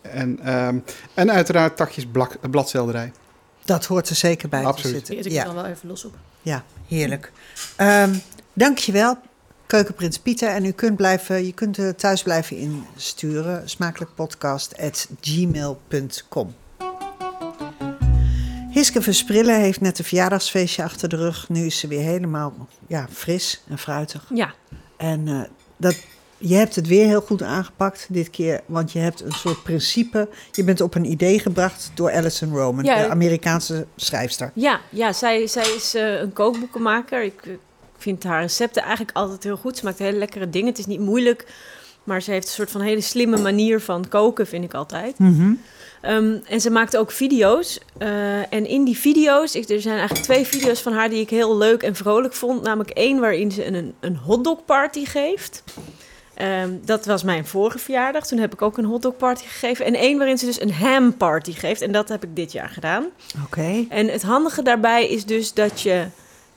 En uiteraard takjes bladselderij. Dat hoort er zeker bij Absoluut. te zitten. Ik er dan wel even los op. Ja, heerlijk. Dankjewel, Keukenprins Pieter. En je kunt thuis blijven insturen. smakelijkpodcast@gmail.com. Hiske Versprillen heeft net een verjaardagsfeestje achter de rug. Nu is ze weer helemaal fris en fruitig. Ja. En je hebt het weer heel goed aangepakt dit keer. Want je hebt een soort principe. Je bent op een idee gebracht door Alison Roman, de Amerikaanse schrijfster. Ja, zij is een kookboekenmaker. Ik vind haar recepten eigenlijk altijd heel goed. Ze maakt hele lekkere dingen. Het is niet moeilijk. Maar ze heeft een soort van hele slimme manier van koken, vind ik altijd. Mm-hmm. En ze maakt ook video's. En in die video's, er zijn eigenlijk 2 video's van haar die ik heel leuk en vrolijk vond. Namelijk 1 waarin ze een hotdogparty geeft. Dat was mijn vorige verjaardag. Toen heb ik ook een hotdogparty gegeven. En 1 waarin ze dus een hamparty geeft. En dat heb ik dit jaar gedaan. Oké. En het handige daarbij is dus dat je...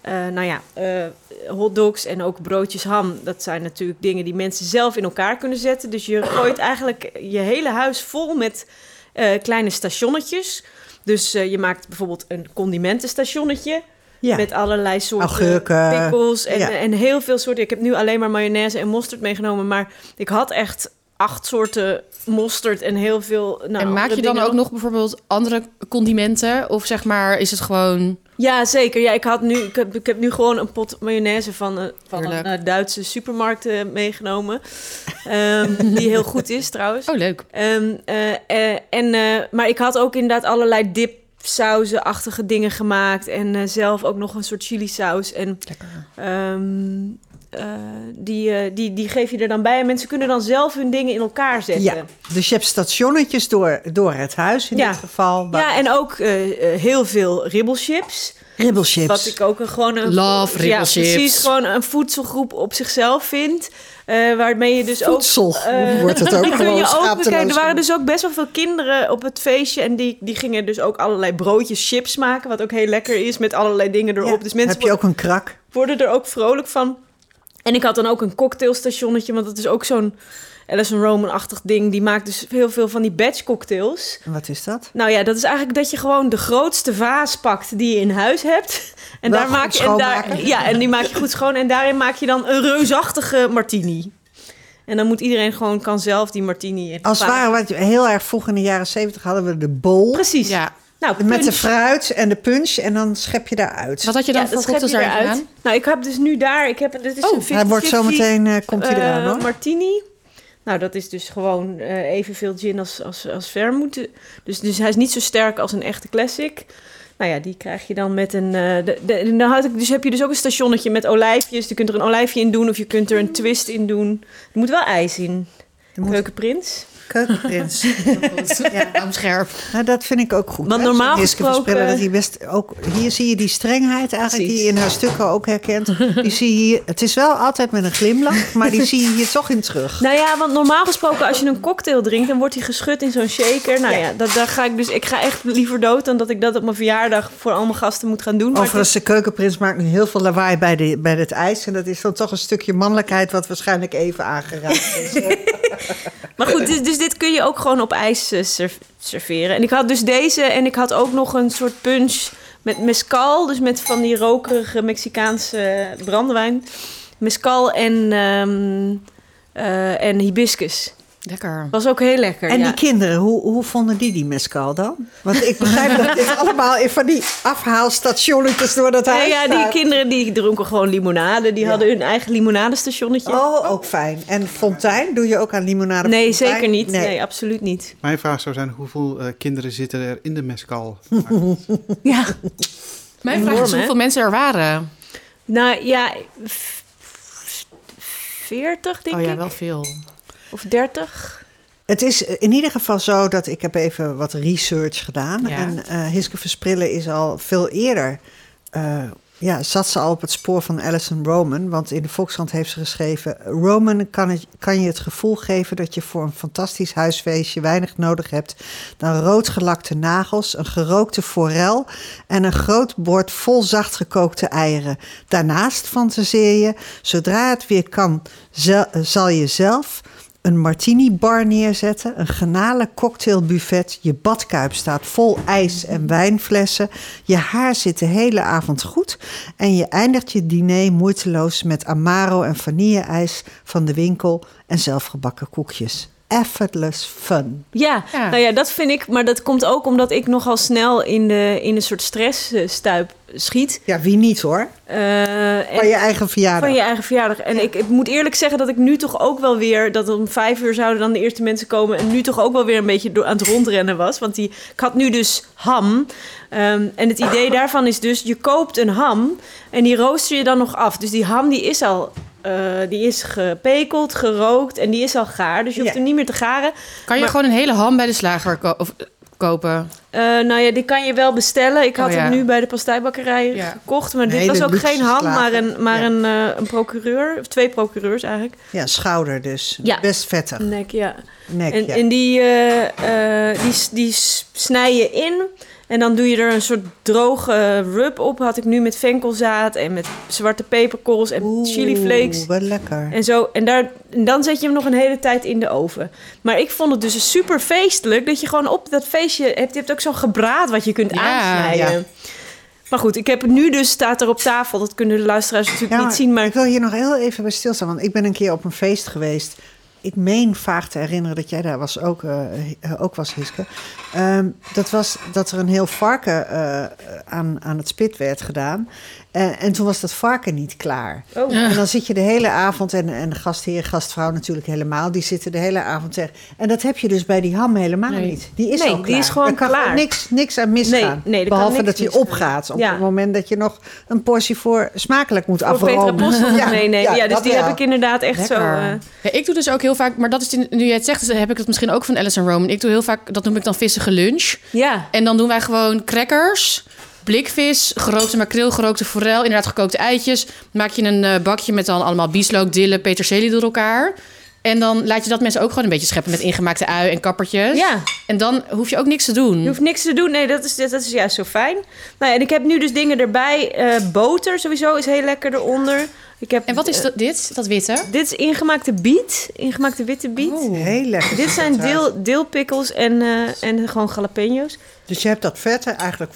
hotdogs en ook broodjes ham... dat zijn natuurlijk dingen die mensen zelf in elkaar kunnen zetten. Dus je gooit eigenlijk je hele huis vol met kleine stationnetjes. Dus je maakt bijvoorbeeld een condimentenstationnetje... Ja. Met allerlei soorten augurken, pickles en heel veel soorten. Ik heb nu alleen maar mayonaise en mosterd meegenomen... maar ik had echt 8 soorten mosterd en heel veel... en maak je dan ook nog bijvoorbeeld andere condimenten? Of zeg maar, is het gewoon... Ja, zeker. Ja, ik heb nu gewoon een pot mayonaise van een Duitse supermarkt meegenomen. Die heel goed is trouwens. Oh, leuk. Maar ik had ook inderdaad allerlei dipsauzen-achtige dingen gemaakt. En zelf ook nog een soort chilisaus. En die geef je er dan bij. En mensen kunnen dan zelf hun dingen in elkaar zetten. Ja, dus je hebt stationnetjes door het huis in dit geval. Ja, en ook heel veel ribbelchips. Ribbelchips. Wat ik ook gewoon Love ribbelchips. Ja, precies, gewoon een voedselgroep op zichzelf vind. Waarmee je dus Voedsel wordt het ook gewoon kijk, er waren dus ook best wel veel kinderen op het feestje. En die gingen dus ook allerlei broodjes, chips maken. Wat ook heel lekker is, met allerlei dingen erop. Ja, dus mensen heb je ook een krak? Worden er ook vrolijk van. En ik had dan ook een cocktailstationnetje, want dat is ook zo'n Alison Roman-achtig ding. Die maakt dus heel veel van die batch cocktails. En wat is dat? Nou ja, dat is eigenlijk dat je gewoon de grootste vaas pakt die je in huis hebt. En daar maak je en die maak je goed schoon. En daarin maak je dan een reusachtige martini. En dan moet iedereen kan zelf die martini in. Als het ware, wat heel erg vroeg in de jaren 70 hadden we de bowl. Precies. Ja. Nou, met de fruit en de punch en dan schep je daaruit. Wat had je dan voor cocktails daarin gedaan? Nou, ik heb dus nu daar... dit is een 50-50, hij wordt zometeen komt hij eraan, hoor. Martini. Nou, dat is dus gewoon evenveel gin als vermoed. Dus hij is niet zo sterk als een echte classic. Nou ja, die krijg je dan met een... heb je dus ook een stationnetje met olijfjes. Je kunt er een olijfje in doen of je kunt er een twist in doen. Er moet wel ijs in. Keukenprins. Keukenprins. Ja, scherp. Nou, dat vind ik ook goed. Want normaal gesproken... Dat hij best ook, hier zie je die strengheid eigenlijk die je in haar stukken ook herkent. Die zie je hier, het is wel altijd met een glimlach, maar die zie je hier toch in terug. Nou ja, want normaal gesproken als je een cocktail drinkt, dan wordt die geschud in zo'n shaker. Nou ja, daar ga ik dus... Ik ga echt liever dood dan dat ik dat op mijn verjaardag voor allemaal gasten moet gaan doen. Overigens, de Keukenprins maakt nu heel veel lawaai bij het ijs. En dat is dan toch een stukje mannelijkheid wat waarschijnlijk even aangeraakt is. Maar goed, dus dit kun je ook gewoon op ijs serveren. En ik had dus deze en ik had ook nog een soort punch met mezcal. Dus met van die rokerige Mexicaanse brandewijn. Mezcal en hibiscus. Lekker. Was ook heel lekker. En die kinderen, hoe vonden die mezcal dan? Want ik begrijp dat dit allemaal van die afhaalstationnetjes door dat huis ja, die kinderen die dronken gewoon limonade. Die hadden hun eigen limonadestationnetje. Oh, ook fijn. En fontein, doe je ook aan limonade? Nee, zeker niet. Nee, absoluut niet. Mijn vraag zou zijn, hoeveel kinderen zitten er in de mezcal? Ja. Mijn vraag is hoeveel mensen er waren. Nou ja, 40 denk ik. Oh ja, wel veel. Of 30. Het is in ieder geval zo dat ik heb even wat research gedaan. Ja. En Hiske Versprillen is al veel eerder... zat ze al op het spoor van Alison Roman. Want in de Volkskrant heeft ze geschreven... Roman kan je het gevoel geven dat je voor een fantastisch huisfeestje weinig nodig hebt dan roodgelakte nagels, een gerookte forel en een groot bord vol zacht gekookte eieren. Daarnaast fantaseer je, zodra het weer kan, zal je zelf een martini-bar neerzetten, een granalen cocktailbuffet. Je badkuip staat vol ijs en wijnflessen. Je haar zit de hele avond goed. En je eindigt je diner moeiteloos met amaro en vanille-ijs van de winkel en zelfgebakken koekjes. effortless fun. Ja, Ja. nou ja, dat vind ik. Maar dat komt ook omdat ik nogal snel in een soort stressstuip schiet. Ja, wie niet hoor. Van je eigen verjaardag. Van je eigen verjaardag. En ik moet eerlijk zeggen dat ik nu toch ook wel weer... dat om 5 uur zouden dan de eerste mensen komen... en nu toch ook wel weer een beetje aan het rondrennen was. Want ik had nu dus ham. En het idee daarvan is dus... je koopt een ham en die rooster je dan nog af. Dus die ham die is al... die is gepekeld, gerookt en die is al gaar. Dus je hoeft hem niet meer te garen. Kan je gewoon een hele ham bij de slager kopen? Nou ja, die kan je wel bestellen. Ik had hem nu bij de pastijbakkerij gekocht. Maar dit was ook geen ham, maar een procureur. Of 2 procureurs eigenlijk. Ja, schouder dus. Ja. Best vettig. Nek, ja. Nek, En die snij je in... En dan doe je er een soort droge rub op. Had ik nu met venkelzaad en met zwarte peperkorrels en chiliflakes. Wat lekker. En zo. En dan zet je hem nog een hele tijd in de oven. Maar ik vond het dus super feestelijk dat je gewoon op dat feestje hebt. Je hebt ook zo'n gebraad wat je kunt aansnijden. Ja. Maar goed, ik heb het nu dus, staat er op tafel. Dat kunnen de luisteraars natuurlijk niet zien. Maar ik wil hier nog heel even bij stilstaan. Want ik ben een keer op een feest geweest. Ik meen vaag te herinneren dat jij daar was ook was, Hiske. Dat was dat er een heel varken aan het spit werd gedaan. En toen was dat varken niet klaar. Oh. En dan zit je de hele avond... en de gastheer, gastvrouw natuurlijk helemaal... die zitten de hele avond tegen. En dat heb je dus bij die ham helemaal niet. Die is al klaar. Die is gewoon klaar. klaar. Er kan niks aan misgaan. Nee, behalve dat hij opgaat. Op het moment dat je nog een portie voor smakelijk moet afromen. Dus die heb ik inderdaad echt lekker. Ja, ik doe dus ook heel vaak... maar dat is nu jij het zegt, heb ik het misschien ook van Alice en Roman. Ik doe heel vaak, dat noem ik dan vissige lunch. Ja. En dan doen wij gewoon crackers... blikvis, gerookte makreel, gerookte forel, inderdaad gekookte eitjes. Maak je een bakje met dan allemaal bieslook, dille, peterselie door elkaar. En dan laat je dat mensen ook gewoon een beetje scheppen met ingemaakte ui en kappertjes. Ja. En dan hoef je ook niks te doen. Je hoeft niks te doen. Nee, dat is juist zo fijn. Nou ja, en ik heb nu dus dingen erbij. Boter sowieso is heel lekker eronder. En wat is dit? Dat witte? Dit is ingemaakte biet. Ingemaakte witte biet. Oh, heel lekker. Dit zijn deelpickles en gewoon jalapeno's. Dus je hebt dat vette eigenlijk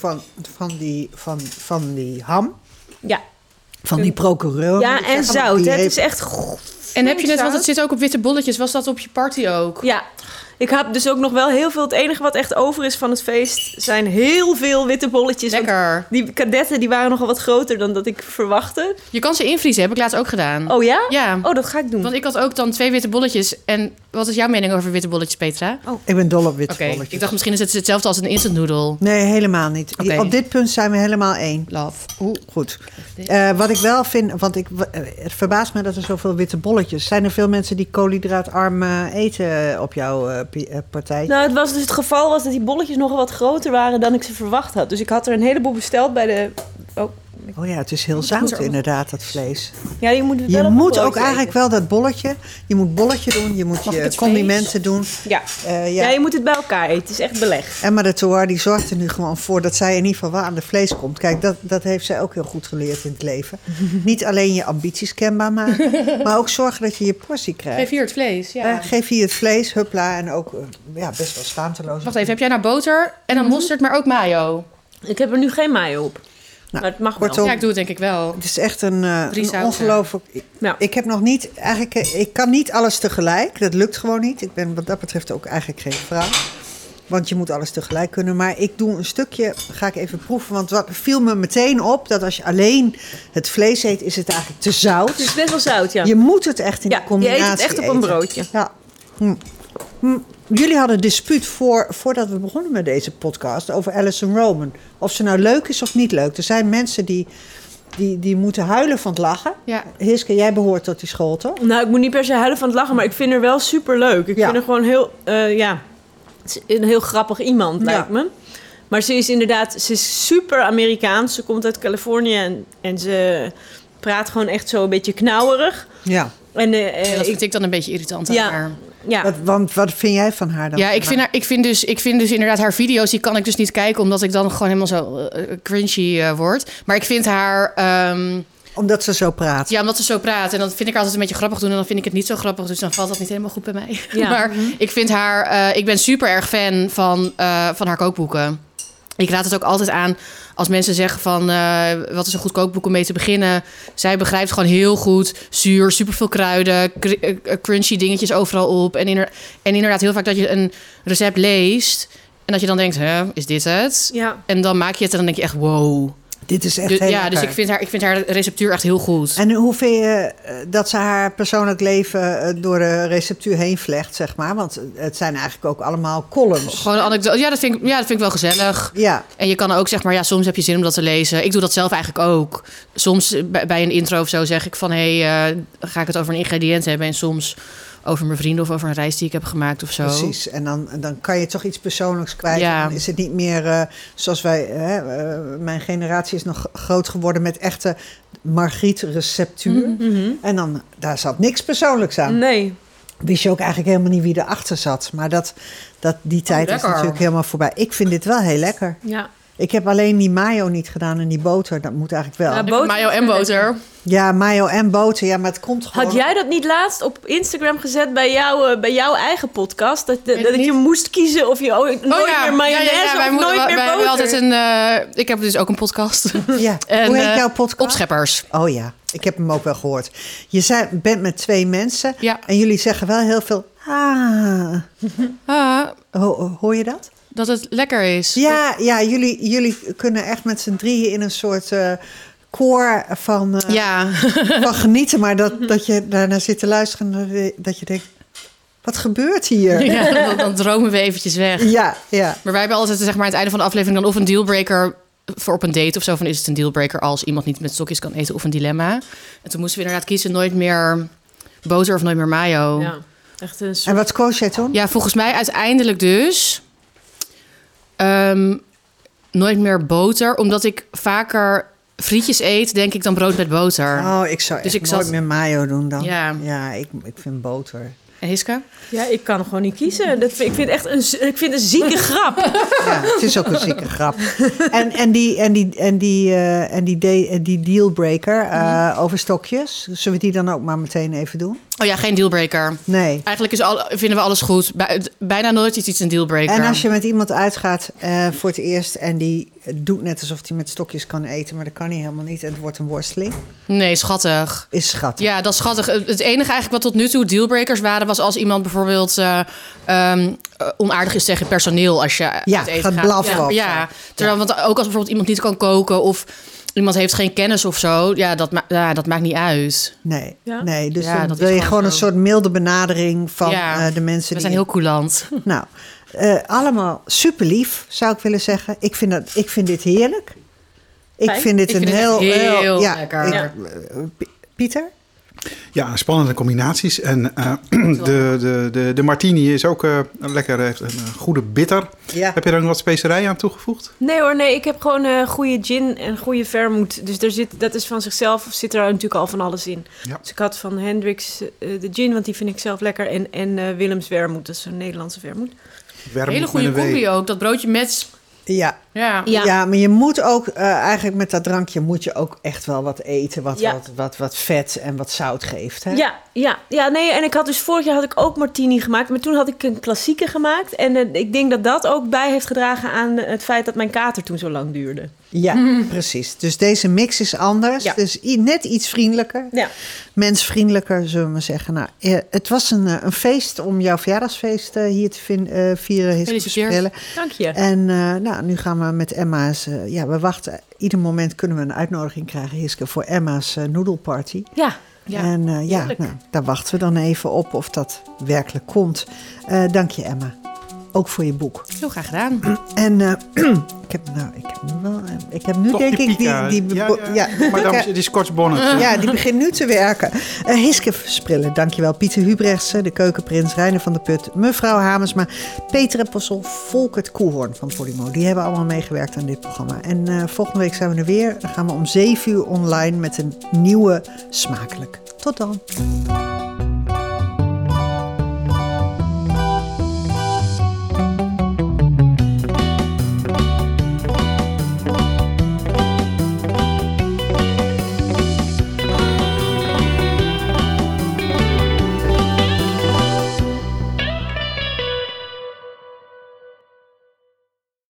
van die ham. Ja. Van die procureur. Ja, en zout. Het is echt... En heb je net, want het zit ook op witte bolletjes. Was dat op je party ook? Ja. Ik heb dus ook nog wel heel veel... Het enige wat echt over is van het feest... zijn heel veel witte bolletjes. Lekker. Die kadetten die waren nogal wat groter dan dat ik verwachtte. Je kan ze invriezen, heb ik laatst ook gedaan. Oh ja? Ja. Oh, dat ga ik doen. Want ik had ook dan 2 witte bolletjes. En wat is jouw mening over witte bolletjes, Petra? Oh. Ik ben dol op witte bolletjes. Ik dacht misschien is het hetzelfde als een instant noodle. Nee, helemaal niet. Okay. Op dit punt zijn we helemaal één. Love. Goed. Wat ik wel vind... Want het verbaast me dat er zoveel witte bolletjes... Zijn er veel mensen die koolhydraatarm eten op jouw partij? Nou, het was dus het geval was dat die bolletjes nogal wat groter waren dan ik ze verwacht had. Dus ik had er een heleboel besteld bij de... Oh ja, het is heel zout inderdaad, dat vlees. Ja, je moet het je wel moet ook eigenlijk wel dat bolletje... Je moet bolletje doen, je moet je condimenten doen. Ja. Ja, je moet het bij elkaar eten. Het is echt beleg. Emma de Tour, die zorgt er nu gewoon voor... dat zij in ieder geval wel aan de vlees komt. Kijk, dat heeft zij ook heel goed geleerd in het leven. Niet alleen je ambities kenbaar maken... maar ook zorgen dat je je portie krijgt. Geef hier het vlees, ja. Geef hier het vlees, huppla, en ook best wel schaamteloos. Wacht even, heb jij nou boter en dan mosterd, maar ook mayo? Ik heb er nu geen mayo op. Nou, maar het mag kortom, wel. Ja, ik doe het denk ik wel. Het is echt een ongelooflijk... Nou. Ik heb nog niet... Eigenlijk, ik kan niet alles tegelijk. Dat lukt gewoon niet. Ik ben wat dat betreft ook eigenlijk geen vrouw. Want je moet alles tegelijk kunnen. Maar ik doe een stukje, ga ik even proeven. Want wat viel me meteen op, dat als je alleen het vlees eet, is het eigenlijk te zout. Het is best wel zout, ja. Je moet het echt in de combinatie je eet het echt op een broodje. Ja. Jullie hadden een dispuut voordat we begonnen met deze podcast over Alison Roman. Of ze nou leuk is of niet leuk. Er zijn mensen die moeten huilen van het lachen. Ja. Hiske, jij behoort tot die school, toch? Nou, ik moet niet per se huilen van het lachen, maar ik vind haar wel super leuk. Ik vind haar gewoon heel, het is een heel grappig iemand, lijkt me. Maar ze is super Amerikaans. Ze komt uit Californië en ze praat gewoon echt zo een beetje knauwerig. Ja. En, dat vind ik dan een beetje irritant aan haar. Ja. Wat vind jij van haar dan? Ja, ik vind dus inderdaad haar video's, die kan ik dus niet kijken, omdat ik dan gewoon helemaal zo cringy word. Maar ik vind haar... Omdat ze zo praat. Ja, omdat ze zo praat. En dat vind ik altijd een beetje grappig doen. En dan vind ik het niet zo grappig. Dus dan valt dat niet helemaal goed bij mij. Ja. Maar ik vind haar... ik ben super erg fan van haar kookboeken. Ik raad het ook altijd aan als mensen zeggen van... wat is een goed kookboek om mee te beginnen? Zij begrijpt gewoon heel goed. Zuur, superveel kruiden, crunchy dingetjes overal op. En inderdaad heel vaak dat je een recept leest... en dat je dan denkt, is dit het? Ja. En dan maak je het en dan denk je echt, wow. Dit is echt heel lekker. Dus ik vind haar receptuur echt heel goed. En hoe vind je dat ze haar persoonlijk leven door de receptuur heen vlecht, zeg maar? Want het zijn eigenlijk ook allemaal columns. Gewoon een anekdote. Ja, dat vind ik wel gezellig. Ja. En je kan ook, zeg maar, soms heb je zin om dat te lezen. Ik doe dat zelf eigenlijk ook. Soms bij een intro of zo zeg ik van... ga ik het over een ingrediënt hebben? En soms over mijn vrienden of over een reis die ik heb gemaakt of zo. Precies. En dan kan je toch iets persoonlijks kwijt. Ja. Dan is het niet meer zoals wij... mijn generatie is nog groot geworden met echte Margriet-receptuur. Mm-hmm. En dan, daar zat niks persoonlijks aan. Nee. Wist je ook eigenlijk helemaal niet wie erachter zat. Maar die tijd is natuurlijk helemaal voorbij. Ik vind dit wel heel lekker. Ja. Ik heb alleen die mayo niet gedaan en die boter. Dat moet eigenlijk wel. Ja, Ik heb mayo en boter. Ja, mayo en boter. Ja, maar het komt gewoon... Had jij dat niet laatst op Instagram gezet bij jouw eigen podcast? Dat niet. je moest kiezen of je nooit meer mayonaise of nooit meer boter? Altijd ik heb dus ook een podcast. Ja. En, Hoe heet jouw podcast? Opscheppers. Oh ja, ik heb hem ook wel gehoord. Je bent met 2 mensen Ja. en jullie zeggen wel heel veel... Hoor je dat? Dat het lekker is. Ja, jullie kunnen echt met z'n drieën in een soort koor van genieten. Maar dat je daarna zit te luisteren en dat je denkt... Wat gebeurt hier? Ja, dan dromen we eventjes weg. Ja. Maar wij hebben altijd, zeg maar, aan het einde van de aflevering dan of een dealbreaker voor op een date of zo. Van is het een dealbreaker als iemand niet met stokjes kan eten of een dilemma. En toen moesten we inderdaad kiezen nooit meer boter of nooit meer mayo. Ja, echt een soort... En wat koos jij toen? Ja, volgens mij uiteindelijk dus nooit meer boter. Omdat ik vaker frietjes eet, denk ik dan brood met boter. Oh, ik zou echt nooit meer mayo doen dan. Ja. Ik vind boter. En Hiska? Ja, ik kan gewoon niet kiezen. Ik vind echt een zieke grap. Ja, het is ook een zieke grap. En die dealbreaker over stokjes, zullen we die dan ook maar meteen even doen? Oh ja, geen dealbreaker. Nee. Eigenlijk vinden we alles goed. Bijna nooit is iets een dealbreaker. En als je met iemand uitgaat voor het eerst en die doet net alsof hij met stokjes kan eten, maar dat kan hij helemaal niet en het wordt een worsteling. Nee, schattig. Is schattig. Ja, dat is schattig. Het enige eigenlijk wat tot nu toe dealbreakers waren, was als iemand bijvoorbeeld onaardig is tegen personeel als je uit eten gaat blaffen. Ja. Terwijl, want ook als bijvoorbeeld iemand niet kan koken of iemand heeft geen kennis of zo, dat maakt niet uit. Nee, Ja? nee. Dus Ja, dan dat wil is je gewoon gewoon zo. een soort milde benadering van de mensen We zijn heel coulant. Nou, allemaal super lief, zou ik willen zeggen. Ik vind dit heerlijk. Ik Fijn. vind dit Ik een vind het heel heel ja, lekker. Pieter? Ja, spannende combinaties. En de martini is ook lekker, heeft een goede bitter. Ja. Heb je er nog wat specerijen aan toegevoegd? Nee hoor, nee. Ik heb gewoon goede gin en goede vermoed. Dus dat is van zichzelf, zit er natuurlijk al van alles in. Ja. Dus ik had van Hendricks de gin, want die vind ik zelf lekker. En Willems vermoed, dat is een Nederlandse vermoed. Wermoed Hele goede met een W. combi ook. Dat broodje met... Ja. Ja. Ja, maar je moet ook eigenlijk met dat drankje moet je ook echt wel wat eten, wat vet en wat zout geeft. Hè? Ja, nee. En ik had dus vorig jaar had ik ook martini gemaakt, maar toen had ik een klassieke gemaakt. En ik denk dat dat ook bij heeft gedragen aan het feit dat mijn kater toen zo lang duurde. Ja, precies. Dus deze mix is anders. Ja. Dus net iets vriendelijker. Ja. Mensvriendelijker, zullen we maar zeggen. Nou, het was een feest om jouw verjaardagsfeest hier te vieren. Hiske Gefeliciteerd. Dank je. En nu gaan we met Emma's... we wachten. Ieder moment kunnen we een uitnodiging krijgen, Hiske, voor Emma's noedelparty. Ja. En heerlijk. daar wachten we dan even op of dat werkelijk komt. Dank je, Emma. Ook voor je boek. Heel graag gedaan. En ik heb nu Toch denk die ik Pika. Die Scotch bonnet. ja, die begint nu te werken. Hiske Versprillen, dankjewel. Pieter Hubrechtsen, de keukenprins, Reiner van der Put, mevrouw Hamersma, Peter Possel, Volkert Koehoorn van Podimo. Die hebben allemaal meegewerkt aan dit programma. En volgende week zijn we er weer. Dan gaan we om 7 uur online met een nieuwe Smakelijk. Tot dan.